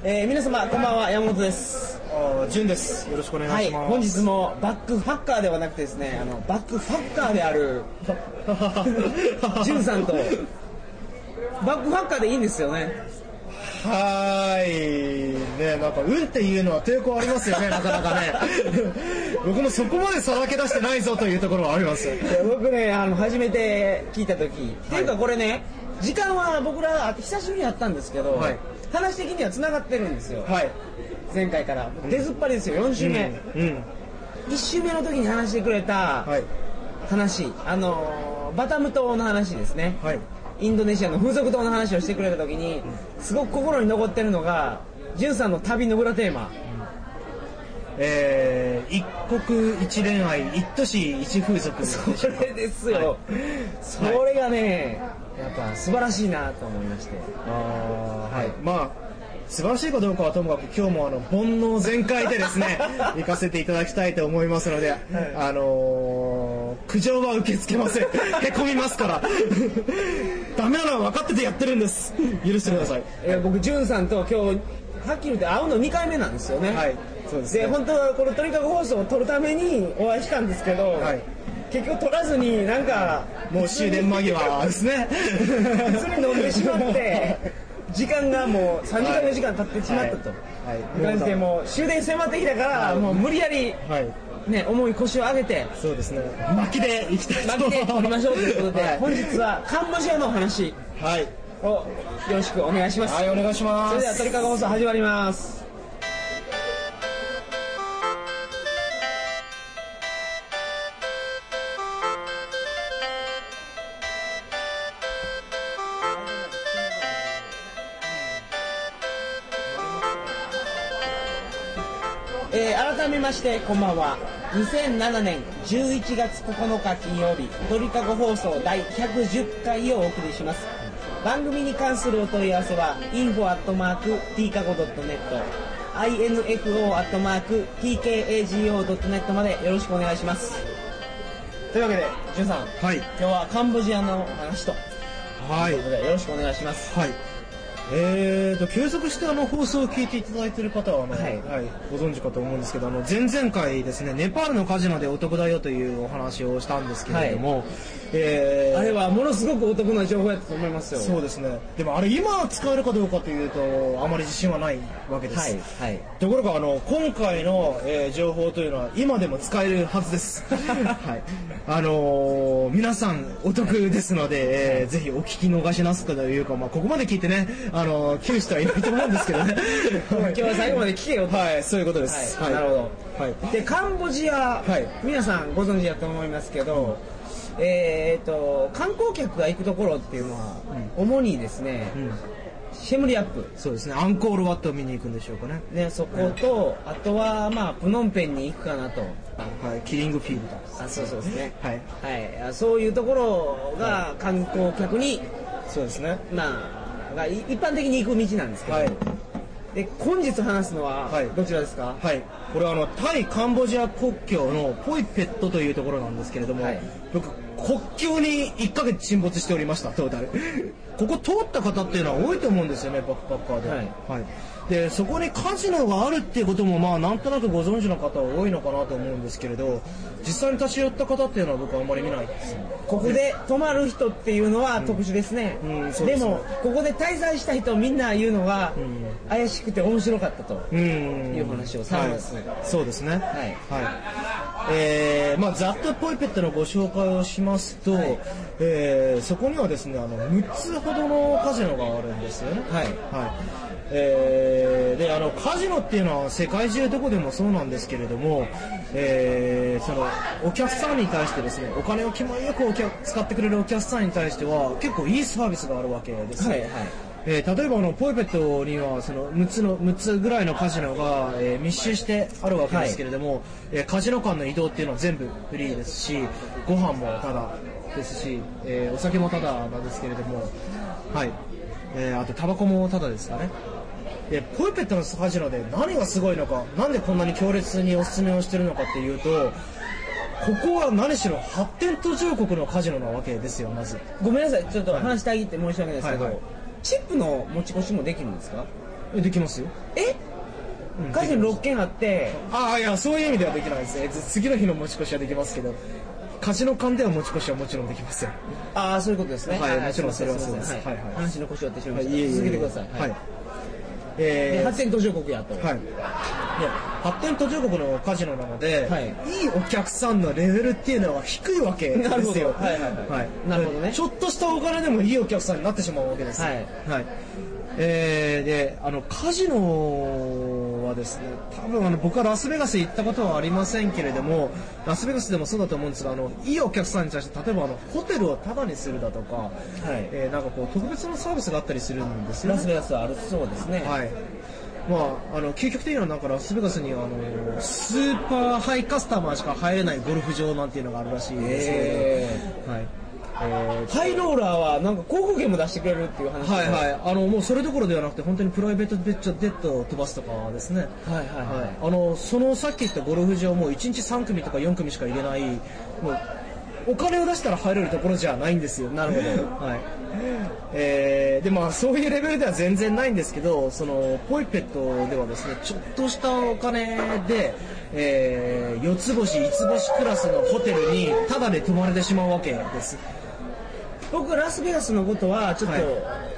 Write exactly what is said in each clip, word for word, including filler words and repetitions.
えー、皆様こんばんは、山本です。 あ、ジュンです。よろしくお願いします。 はい、本日もバックファッカーではなくてですね、あのバックファッカーであるジュンさんとバックファッカーでいいんですよね。 はーいね、なんかうんっていうのは抵抗ありますよね、なかなかね。僕もそこまでさらけ出してないぞというところはあります。 僕ね、あの初めて聞いた時、はい、っていうかこれね、時間は僕ら久しぶりに会ったんですけど、はい、話的には繋がってるんですよ、はい、前回から出ずっぱりですよ。よん週目、うんうん、いち週目の時に話してくれた話、はい、あのバタム島の話ですね、はい、インドネシアの風俗島の話をしてくれた時にすごく心に残ってるのがジュンさんの旅の裏テーマ、 えー、一国一恋愛一都市一風俗。 それですよ、はい、それがね、やっぱ素晴らしいなと思いまして。 あ、はい、まあ素晴らしいかどうかはともかく今日もあの煩悩全開でですね行かせていただきたいと思いますので、はい、あのー、苦情は受け付けません。へこみますからダメなのは分かっててやってるんです。許してください。 いや、僕ジュンさんと今日はっきり言って会うのにかいめなんですよね。はい、そうですね。で、本当はこの鳥かご放送を撮るためにお会いしたんですけど、はい、結局撮らずになんかもう終電間際ですね。 普通に飲んでしまって時間がもうさんじかんよじかん経ってしまったと、はいはい、感じでもう終電迫ってきたから、はい、もう無理やり、はいね、重い腰を上げて、 そうですね、巻きで行きたいと巻きで撮りましょうということで、はい、本日はカンボジアのお話をよろしくお願いします。 はい、お願いします。 それでは鳥かご放送始まります。えー、改めましてこんばんは。にせんななねんじゅういちがつここのか金曜日、鳥かご放送だいひゃくじゅっかいをお送りします。番組に関するお問い合わせは インフォ アットマーク ティーカゴ ドットネット インフォ アットマーク ティーケーエージーオー ドットネット までよろしくお願いします。というわけでジュンさん、はい、今日はカンボジアの話と、はい、ということでよろしくお願いします。はい、 えーと継続してあの放送を聞いていただいている方はあの、はいはい、ご存知かと思うんですけど、あの前々回ですね、ネパールのカジノでお得だよというお話をしたんですけれども、はい、えー、 あれはものすごくお得な情報やったと思いますよ。 そうですね。でもあれ今使えるかどうかというとあまり自信はないわけです、はいはい、ところがあの今回の、えー、情報というのは今でも使えるはずです、はい、あのー、皆さんお得ですので、えー、ぜひお聞き逃しなすというか、まあ、ここまで聞いてね、あの聞く人はいないと思うんですけどね今日は最後まで聞けよと。 はい、そういうことです、 はいはい、なるほど、はい、でカンボジア、はい、皆さんご存知だと思いますけど、うん、えーと観光客が行くところっていうのは、うん、主にですね、うん、シェムリアップ、 そうですね、アンコールワットを見に行くんでしょうかね。 ね、そこと、あとはまあプノンペンに行くかなと、 はい、キリングフィールド、 あ、そうそうですね、はい、はい、そういうところが観光客に、 そうですね、 まあが一般的に行く道なんですけど、はい、で本日話すのはどちらですか。 はい、これはあのタイカンボジア国境のポイペットというところなんですけれども、はい、僕国境にいっかげつ沈没しておりました。トータルここ通った方っていうのは多いと思うんですよね、バックパッカーで、はいはい、でそこにカジノがあるっていうこともまあなんとなくご存知の方は多いのかなと思うんですけれど、実際に立ち寄った方っていうのは僕はあんまり見ないです。 ここで泊まる人っていうのは特殊ですね、うんうん、そうですね。でもここで滞在した人みんな言うのが、うん、怪しくて面白かったという話をされます、 はい、そうですね、はい、はい、えーまあ、ざっとポイペットのご紹介をしますと、はい、えー、そこにはですね、あのむっつほどのカジノがあるんですよね。はい、はい、えー、であのカジノっていうのは世界中どこでもそうなんですけれども、えー、そのお客さんに対してですね、お金を気前よくお客使ってくれるお客さんに対しては結構いいサービスがあるわけです、はいはい、えー、例えばあのポイペットにはそのむっつのむっつぐらいのカジノが、えー、密集してあるわけですけれども、はい、えー、カジノ間の移動っていうのは全部フリーですし、ご飯もタダですし、えー、お酒もタダなんですけれども、はい、えー、あとタバコもタダですかね。でポイペットのカジノで何がすごいのか、なんでこんなに強烈におすすめをしてるのかっていうと、ここは何しろ発展途上国のカジノなわけですよ。まずごめんなさい、ちょっと話してあげて申し訳ないですけど、はいはいはい、チップの持ち越しもできるんですか。 できますよ。 えカジノろっけんあって、 ああいやそういう意味ではできないですね。次の日の持ち越しはできますけど、カジノ間では持ち越しはもちろんできません。 ああそういうことですね。 はい、もちろんそれはそうです。 はいはい。話の腰をやってしまいました。 続けてください。 はい。 えー、発展途上国やと。 はい。で発展途上国のカジノなので、はい、いいお客さんのレベルっていうのは低いわけですよ。 なるほど。はいはいはい。なるほどね。 ちょっとしたお金でもいいお客さんになってしまうわけです。はい。はい。えー、であのカジノはですね、多分あの僕はラスベガス行ったことはありませんけれども、ラスベガスでもそうだと思うんですが、あのいいお客さんに対して例えばあのホテルをタダにするだとか、はい、えー、なんかこう特別なサービスがあったりするんですよね。 ラスベガスはあるそうですね。はい。 まあ、あの究極的にはなんかラスベガスにあのスーパーハイカスタマーしか入れないゴルフ場なんていうのがあるらしいんですけど、はい。 えー、ハイローラーはなんか航空券も出してくれるっていう話。 はいはい。あのもうそれどころではなくて本当にプライベートジェットを飛ばすとかですね。はいはいはい。はい、あのそのさっき言ったゴルフ場もいちにちさんくみとかよんくみしか入れない、もうお金を出したら入れるところじゃないんですよ。 なるほど。 はい。えー、でまあそういうレベルでは全然ないんですけど、そのポイペットではですね、ちょっとしたお金で、えー、よつぼしいつぼしクラスのホテルにタダで泊まれてしまうわけです。 僕ラスベガスのことはちょっと、はい、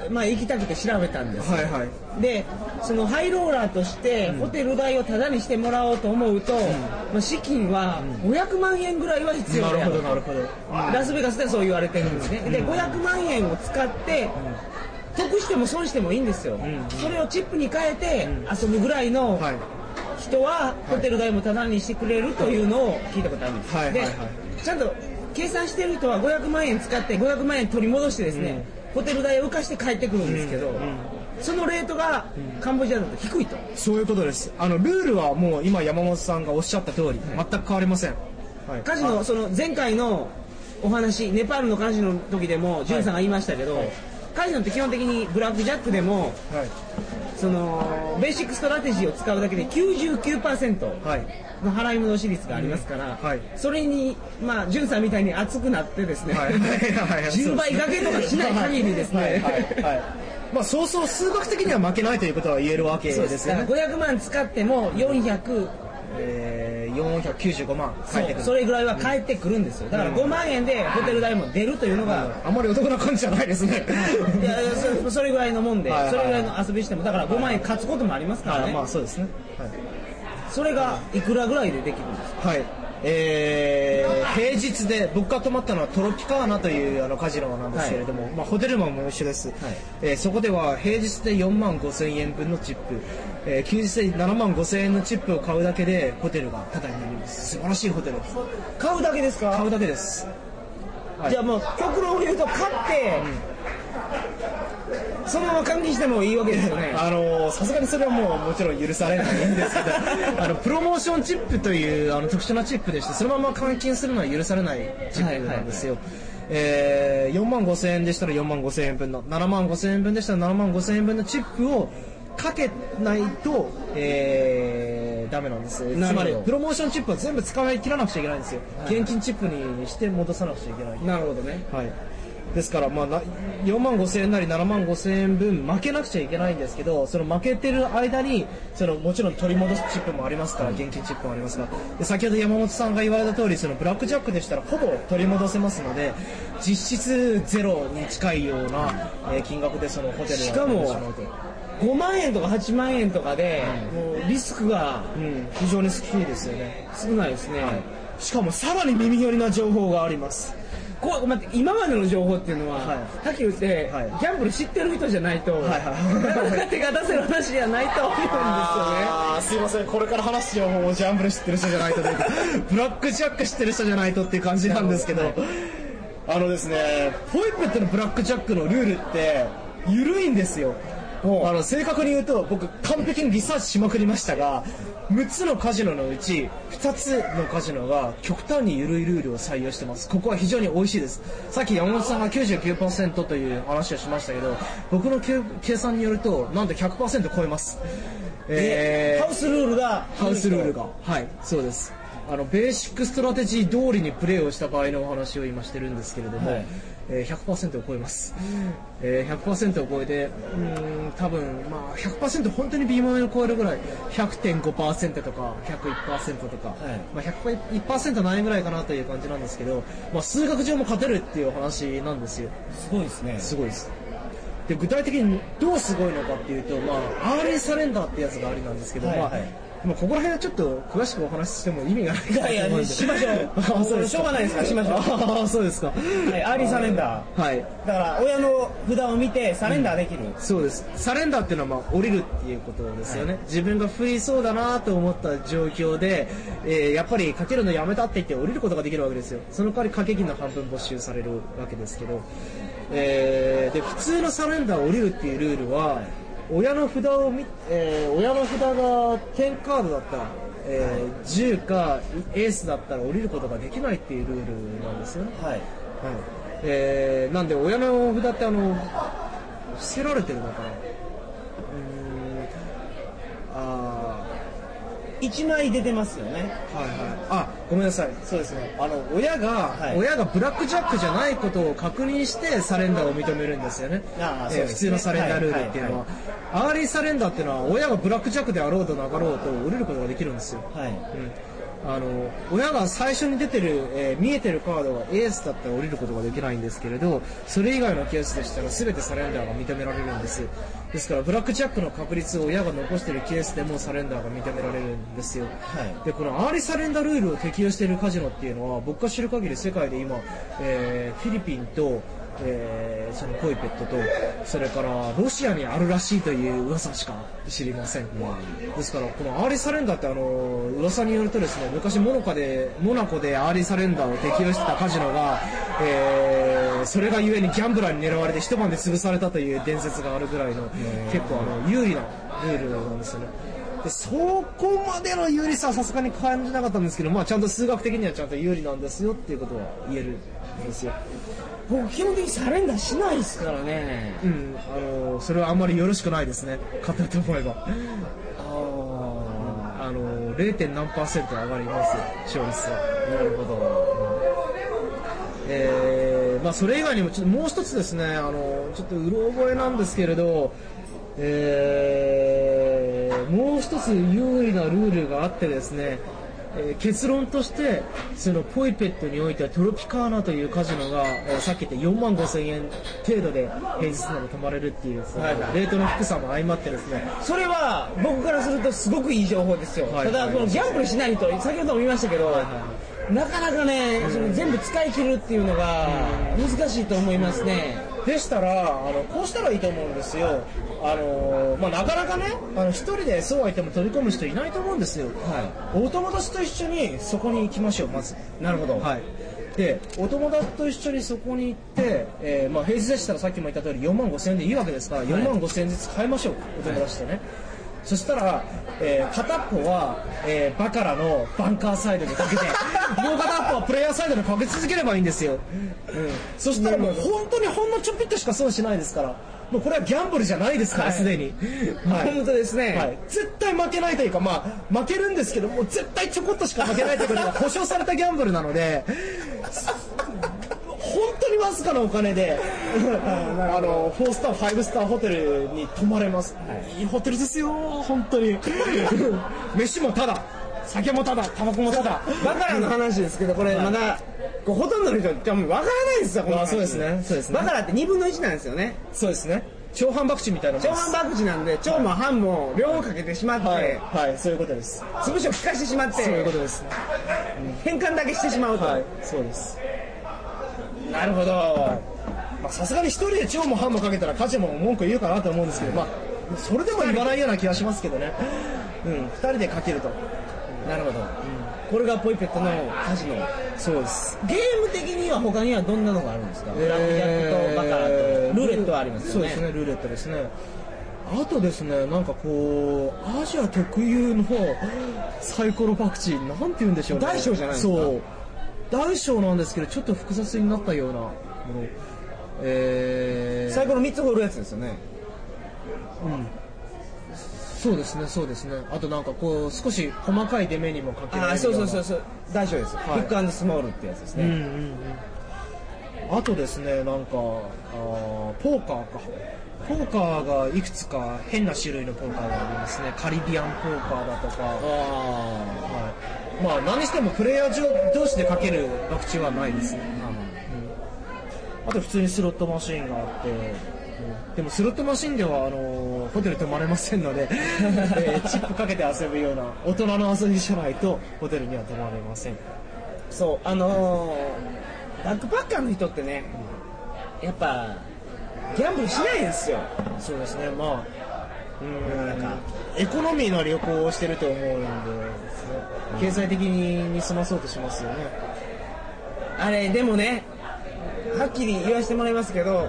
まあ行きたくて調べたんです、 はいはい、でそのハイローラーとしてホテル代をタダにしてもらおうと思うと、うん、まあ、資金はごひゃくまんえんぐらいは必要だよ、 なるほどなるほど、 ラスベガスではそう言われてるんですね、うん、でごひゃくまんえんを使って、うん、得しても損してもいいんですよ、うん、それをチップに変えて遊ぶぐらいの人はホテル代もタダにしてくれるというのを聞いたことあるんです、はい、で、はいはいはい、ちゃんと計算してる人はごひゃくまんえん使ってごひゃくまんえん取り戻してですね、うん、ホテル代を浮かして帰ってくるんですけど、うんうん、そのレートがカンボジアだと低いと、 そういうことです。あのルールはもう今山本さんがおっしゃった通り、はい、全く変わりません、 はい、カジノその前回のお話ネパールのカジノの時でもジュンさんが言いましたけど、はい、カジノって基本的にブラックジャックでも、はい、そのベーシックストラテジーを使うだけで きゅうじゅうきゅうパーセント、はい、の払い戻し率がありますから、うん、はい、それにまあジュンさんみたいに熱くなってですね、はいはいはい、じゅうばい掛けとかしない限りですね、はいはいはい、 まあそうそう数学的には負けないということは言えるわけですよね。 ごひゃくまん使ってもよんひゃく、 えー、よんひゃくきゅうじゅうごまん返ってくる。 それぐらいは返ってくるんですよ。だからごまんえんでホテル代も出るというのが、 うん、あんまりお得な感じじゃないですね。 いやそ, それぐらいのもんで、はいはいはい、それぐらいの遊びしてもだからごまんえん勝つこともありますからね。 まあそうですね、はい、 それがいくらぐらいでできるんですか。 はい、えー、平日で僕が泊まったのはトロピカーナというあのカジノなんですけれども、はい、まあ、ホテルマンも一緒です、はい、えー、そこでは平日でよんまんごせんえんぶんのチップ、えー、休日でななまんごせんえんのチップを買うだけでホテルがタダになります。素晴らしいホテルです。 買うだけですか。 買うだけです、 はい、じゃあもう極論を言うと買って、うん、そのまま換金してもいいわけですよね。 あのさすがにそれはもうもちろん許されないんですけどあのプロモーションチップというあの特殊なチップでして、そのまま換金するのは許されないチップなんですよ、はいはいはい、えー、よんまんごせんえんでしたらよんまんごせんえんぶんの、ななまんごせんえんぶんでしたらななまんごせんえんぶんのチップをかけないと、えー、ダメなんです。つまりプロモーションチップは全部使い切らなくちゃいけないんですよ、はい、現金チップにして戻さなくちゃいけない。 なるほどね、 はい、ですから、まあ、よんまんごせんえんなりななまんごせんえんぶん負けなくちゃいけないんですけど、その負けてる間にそのもちろん取り戻すチップもありますから、現金チップもありますが、で先ほど山本さんが言われた通り、そのブラックジャックでしたらほぼ取り戻せますので、実質ゼロに近いような、えー、金額でそのホテルをしかもごまんえんとかはちまんえんとかで、うん、もうリスクが、 うん、非常に低いですよね。 少ないですね、はい、 しかもさらに耳寄りな情報があります。 こう待って、今までの情報っていうのは、はい、はっきり言って、はい、ギャンブル知ってる人じゃないと、はいはい、手が出せる話じゃないと思うんですよね。 あー、すいません、これから話す情報をギャンブル知ってる人じゃないとというかブラックジャック知ってる人じゃないとっていう感じなんですけど、はい、あのですね、ポイペットのブラックジャックのルールって緩いんですよ。あの正確に言うと僕完璧にリサーチしまくりましたが、むっつのカジノのうちふたつのカジノが極端に緩いルールを採用してます。ここは非常に美味しいです。さっき山本さんが きゅうじゅうきゅうパーセント という話をしましたけど、僕の計算によるとなんと ひゃくパーセント 超えます。 えー、ハウスルールがハウスルールがはい、そうです。 あのベーシックストラテジー通りにプレーをした場合のお話を今してるんですけれども、はい、えー、ひゃくパーセント を超えます、えー、ひゃくパーセント を超えて、うーん多分、まあ、ひゃくパーセント 本当に微妙に超えるぐらい ひゃくてんごパーセント とか ひゃくいちパーセント とか、はい、まあ、ひゃくいちパーセント ないぐらいかなという感じなんですけど、まあ、数学上も勝てるっていうお話なんですよ。 すごいですね。 すごいです。で具体的にどうすごいのかっていうと、まあ、アーリーサレンダーってやつがありなんですけど、はいはい、まあまあ、ここら辺はちょっと詳しくお話ししても意味がないかなと思うんで。いやいや、 しましょう。あ、そうですか。しょうがないですからしましょう。 ああ、そうですか。 はい、アーリーサレンダー。はい。だから親の札を見てサレンダーできる。うん、 そうです。サレンダーっていうのはまあ降りるっていうことですよね。はい、自分が不利そうだなと思った状況で、えー、やっぱりかけるのやめたって言って降りることができるわけですよ。その代わり掛け金の半分没収されるわけですけど、えー、で普通のサレンダーを降りるっていうルールは、親の札を見、えー、親の札がじゅうカードだったら、えー、じゅうかエースだったら降りることができないっていうルールなんですよね。はい。はい。えー、なんで親の札ってあの伏せられてるのかな。うーん。ああ。いちまい出てますよね。はいはい。 あ、ごめんなさい。そうですね。あの親が、はい、親がブラックジャックじゃないことを確認してサレンダーを認めるんですよね。ああ、そうですね。えー、普通のサレンダールールっていうのは、はいはいはい、アーリーサレンダーっていうのは親がブラックジャックであろうとなかろうと降りることができるんですよ。はい。うん。あの親が最初に出てる、えー、見えてるカードがエースだったら降りることができないんですけれど、それ以外のケースでしたら全てサレンダーが認められるんです。ですからブラックジャックの確率を親が残しているケースでもサレンダーが認められるんですよ。はい、でこのアーリーサレンダールールを適用しているカジノっていうのは僕が知る限り世界で今、えー、フィリピンとえー、そのポイペットとそれからロシアにあるらしいという噂しか知りません、うん、ですからこのアーリーサレンダーってあの噂によるとですね、昔モナコでモナコでアーリーサレンダーを適用してたカジノが、えー、それがゆえにギャンブラーに狙われて一晩で潰されたという伝説があるぐらいの結構あの有利なルールなんですよね。でそこまでの有利さはさすがに感じなかったんですけど、まあ、ちゃんと数学的にはちゃんと有利なんですよっていうことは言えるんですよ。 僕基本的にサレンダーしないですからね。 うん、あのそれはあんまりよろしくないですね。勝ったと思えば。ああの ゼロ. 何パーセント上がりますよ、勝率は。 なるほど。 うん、えー、まあそれ以外にもちょっともう一つですね、あのちょっとうろ覚えなんですけれど、えー、もう一つ有利なルールがあってですね。えー、結論としてそのポイペットにおいてはトロピカーナというカジノが、えー、さっき言ったよんまんごせんえん程度で平日など泊まれるっていう、そのレートの低さも相まってですね、 それは僕からするとすごくいい情報ですよ、はい、ただこのギャンブルしない人先ほども言いましたけど、はいはい、なかなかね、うん、その全部使い切るっていうのが難しいと思いますね。 でしたらあのこうしたらいいと思うんですよ。あのまあ、なかなかねあの一人でそうは言っても飛び込む人いないと思うんですよ、はい、お友達と一緒にそこに行きましょうまず。 なるほど、 はい、でお友達と一緒にそこに行って、えーまあ、平日でしたらさっきも言った通りよんまんごせんえんでいいわけですから、はい、よんまんごせんえんずつ買いましょうお友達とね、はい、そしたら、えー、片っぽは、えー、バカラのバンカーサイドにかけてもう片っぽはプレイヤーサイドにかけ続ければいいんですよ、うん、そしたらもう本当にほんのちょぴっとしか損しないですから、もうこれはギャンブルじゃないですからすで、はい、に、 はい、本当ですね、はい、 絶対負けないというか、まあ、負けるんですけどもう絶対ちょこっとしか負けないということが保証されたギャンブルなので本当にわずかなお金であのフォースターファイブスターホテルに泊まれます、はい、いいホテルですよ本当に飯もタダ、酒もタダ、タバコもタダ。 バカラの話ですけど、これまだ、はい、こうほとんどの人ってわからないんですよ、この話。 あ、そうですね。そうですね。 バカラってにぶんのいちなんですよね。 そうですね。超反博打みたいなもんです。超反博打なんで、超も半も両方かけてしまって、 はい、はい、そういうことです。 潰しを効かしてしまって、 そういうことです。 変換だけしてしまうと。 はい、そうです。 なるほど。 さすがに一人で超も半もかけたら価値も文句言うかなと思うんですけど、まあ、それでも言わないような気がしますけどね。うん、ふたりでかけると。 なるほど、うん、これがポイペットのカジノ。 そうです。 ゲーム的には他にはどんなのがあるんですか？ブラックジャックとバカラとルーレットはありますよね。 そうですね、ルーレットですね。あとですね、なんかこうアジア特有のサイコロパクチー、なんて言うんでしょうね。 大小じゃないですか。 そう大小なんですけどちょっと複雑になったようなもの、えー、 サイコロみっつ振るやつですよね。 うん、 そうですねそうですね。あとなんかこう少し細かい出目にもかけられるような。 あ、そうそうそうそう、大丈夫です、はい、ビッグ&スモールってやつですね。うんうんうん。あとですね、なんかあポーカーかポーカーがいくつか変な種類のポーカーがありますね。カリビアンポーカーだとか、あ、はい、まあ何にしてもプレイヤー同士でかける博打はないですね。うん、あと普通にスロットマシーンがあって、うん、でもスロットマシーンではあのホテル泊まれませんので、えー、チップかけて遊ぶような大人の遊びじゃないとホテルには泊まれません。 そうあのー、バックパッカーの人ってね、やっぱギャンブルしないんですよ。 そうですね、まあうん、なんかエコノミーの旅行をしてると思うんで、ね、経済的に済まそうとしますよね。 あれでもね、はっきり言わせてもらいますけど、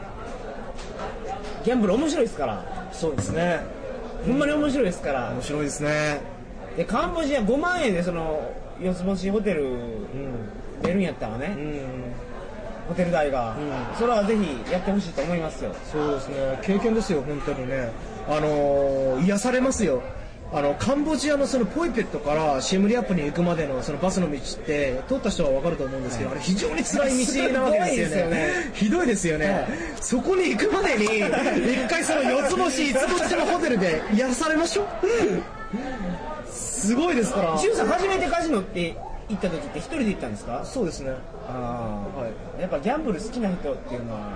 ギャンブル面白いですから。 そうですね、 ほんまに面白いですから。 面白いですね。 でカンボジアごまんえんでその四つ星ホテル出るんやったらね、うん、ホテル代が、うん、それはぜひやってほしいと思いますよ。 そうですね、経験ですよ本当にね。あのー、癒されますよ。あのカンボジアのそのポイペットからシェムリアップに行くまでのそのバスの道って通った人は分かると思うんですけど、はい、あれ非常に辛い道なわけですよね。ひどいですよね、はい、そこに行くまでに一回その四つ星五つ星のホテルで癒されましょう。すごいですから。 シュウさん初めてカジノって行った時って一人で行ったんですか？ そうですね。 あ、はい、やっぱギャンブル好きな人っていうのは、はい、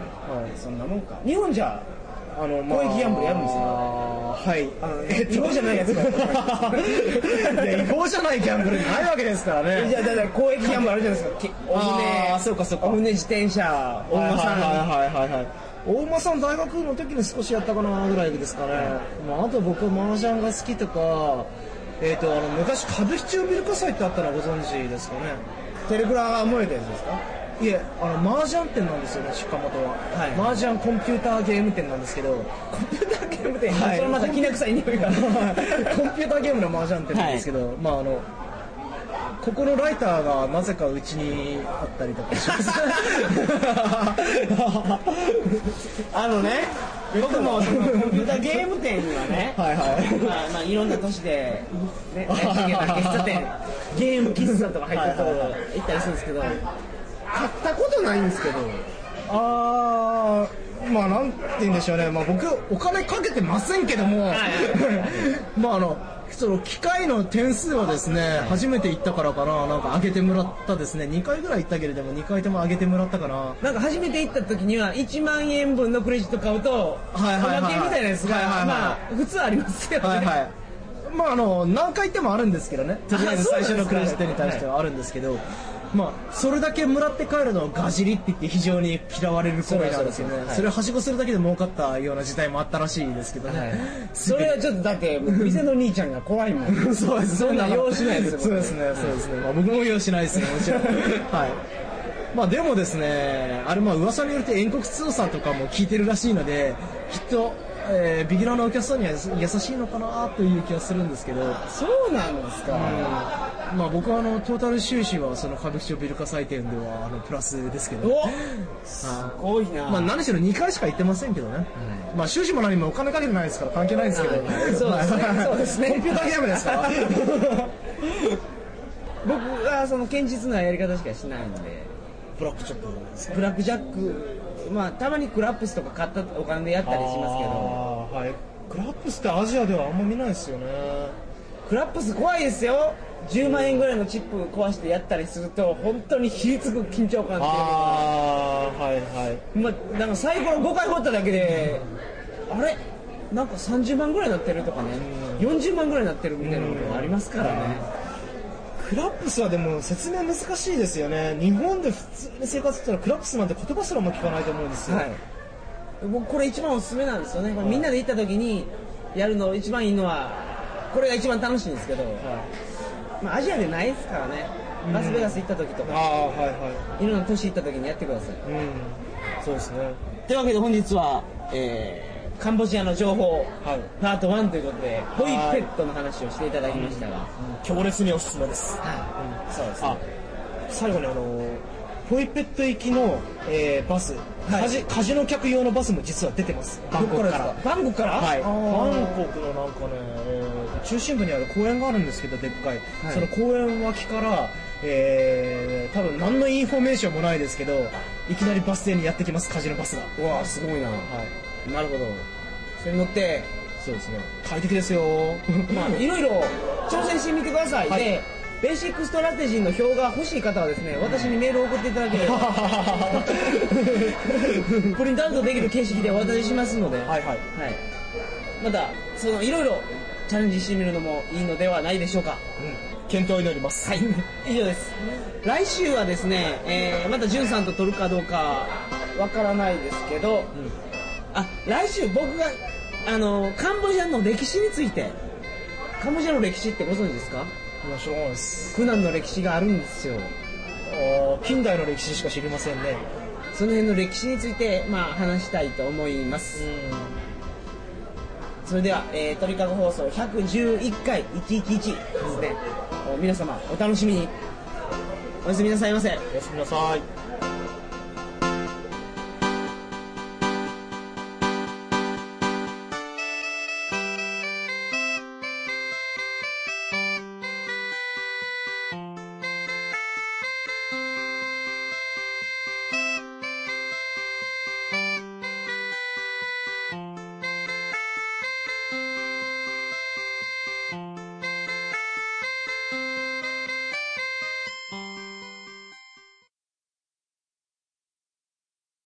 そんなもんか。日本じゃあの公益ギャンブルやるんですよ。 はい。 あの、えっと、違法じゃないやつがいや違法じゃないギャンブルないわけですからね。 じゃあだから公益ギャンブルあるじゃないですか。お船、 あ、そうかそうか。 お船自転車、大馬さん。 はいはいはいはい。大馬さん大学の時に少しやったかなぐらいですかね。まああと僕麻雀が好きとか、えっとあの昔歌舞伎町ビル火災ってあったのご存知ですかね。 テレクラが燃えたやつですか？ いえ、あの麻雀店なんですよね、出荷元は、はい、麻雀コンピューターゲーム店なんですけど、 コンピューターゲーム店、はい、それまたきな臭い匂いがコンピューターゲームの麻雀店なんですけど、はい、まああのここのライターがなぜかうちにあったりとかしますあのね、僕もそのコンピューターゲーム店にはね、はいはい、まあまあいろんな都市でね、喫茶店、ゲーム喫茶とか入ったところ行ったりするんですけど、買ったことないんですけど、 あー、まあなんて言うんでしょうね、まあ僕お金かけてませんけども、はいまああのその機械の点数をですね、はい、初めて行ったからかな、なんか上げてもらったですね。にかいぐらい行ったけれどもにかいとも上げてもらったかな。 なんか初めて行った時にはいちまんえんぶんのクレジット買うとおまけみたいなやつが、はいはいはい、まあ普通ありますよね。はいはい、 まああの何回行ってもあるんですけどね。とりあえず最初のクレジットに対してはあるんですけど、まあそれだけもらって帰るのをガジリって言って非常に嫌われる行為なんですよね。それをはしごするだけで儲かったような時代もあったらしいですけどね、はい、 それはちょっとだって店の兄ちゃんが怖いもんそうです、 そんな用しないですよ。 そうですね、そうですね、まあ、僕も用しないですね、もちろんはい。まあでもですね、あれまあ噂によると遠国通さんとかも聞いてるらしいので、きっとえー、ビギナーのお客さんには優しいのかなという気がするんですけど。 そうなんですか、うん、 まあ僕はあのトータル収支はその歌舞伎町ビル火災店ではあのプラスですけど、 おすごいな。 まあ何しろにかいしか行ってませんけどね、はい、まあ収支も何もお金かけてないですから関係ないですけど、 そうですね、そうですねコンピューターゲームですから僕はその堅実なやり方しかしないんで。 ブラックジャックですか？ ブラックジャック、まあたまにクラップスとか買ったお金でやったりしますけど、 あ、はい、クラップスってアジアではあんま見ないですよね。 クラップス怖いですよ。じゅうまんえんぐらいのチップ壊してやったりすると本当にひりつく緊張感っていうのが、 あー、はいはい、 まあ、なんかサイコロごかい掘っただけで、あれなんかさんじゅうまんぐらいになってるとかね、よんじゅうまんぐらいになってるみたいなことがありますからね。 クラップスはでも説明難しいですよね。日本で普通に生活してたらクラップスなんて言葉すらも聞かないと思うんですよ、はい、 僕これ一番おすすめなんですよね。これみんなで行った時にやるの一番いいのはこれが一番楽しいんですけど、はい、まあ、アジアでないですからね。ラスベガス行った時とか、うん、あ、はいはい、いろんな都市行った時にやってください、うん、 そうですね。 というわけで本日は、えーカンボジアの情報、はい、パートワンということでホイペットの話をしていただきましたが、 うん、強烈におすすめです、 はい、うん、そうですね。 あ、最後にあのポイペット行きの、えー、バス、はい、カジカジノ客用のバスも実は出てます。バンコクから。 バンコクからはい。バンコクのなんかね、えー、中心部にある公園があるんですけど、でっかい。はい、その公園脇から、えー、多分何のインフォメーションもないですけど、いきなりバス停にやってきます、カジノバスが。 うわー、すごいな。はい。なるほど。それに乗って、 そうですね。快適ですよ。 まあ、いろいろ挑戦してみてください。はい、で、ベーシックストラテジーの表が欲しい方はですね、私にメールを送っていただければプリントアウトできる形式でお渡ししますので、はいはいはい、またそのいろいろチャレンジしてみるのもいいのではないでしょうか。 うん、検討を祈ります。 はい、以上です。来週はですね、えー、またじゅんさんと撮るかどうかわからないですけど、うん、あ、来週僕があのカンボジアの歴史について、カンボジアの歴史ってご存知ですか？ 知らないです。 苦難の歴史があるんですよ。 近代の歴史しか知りませんね。 その辺の歴史について、まあ、話したいと思います。うん、それでは、えー、鳥かご放送ひゃくじゅういっかいいちいちいちですね、うん、皆様お楽しみに。おやすみなさいませ。 おやすみなさい。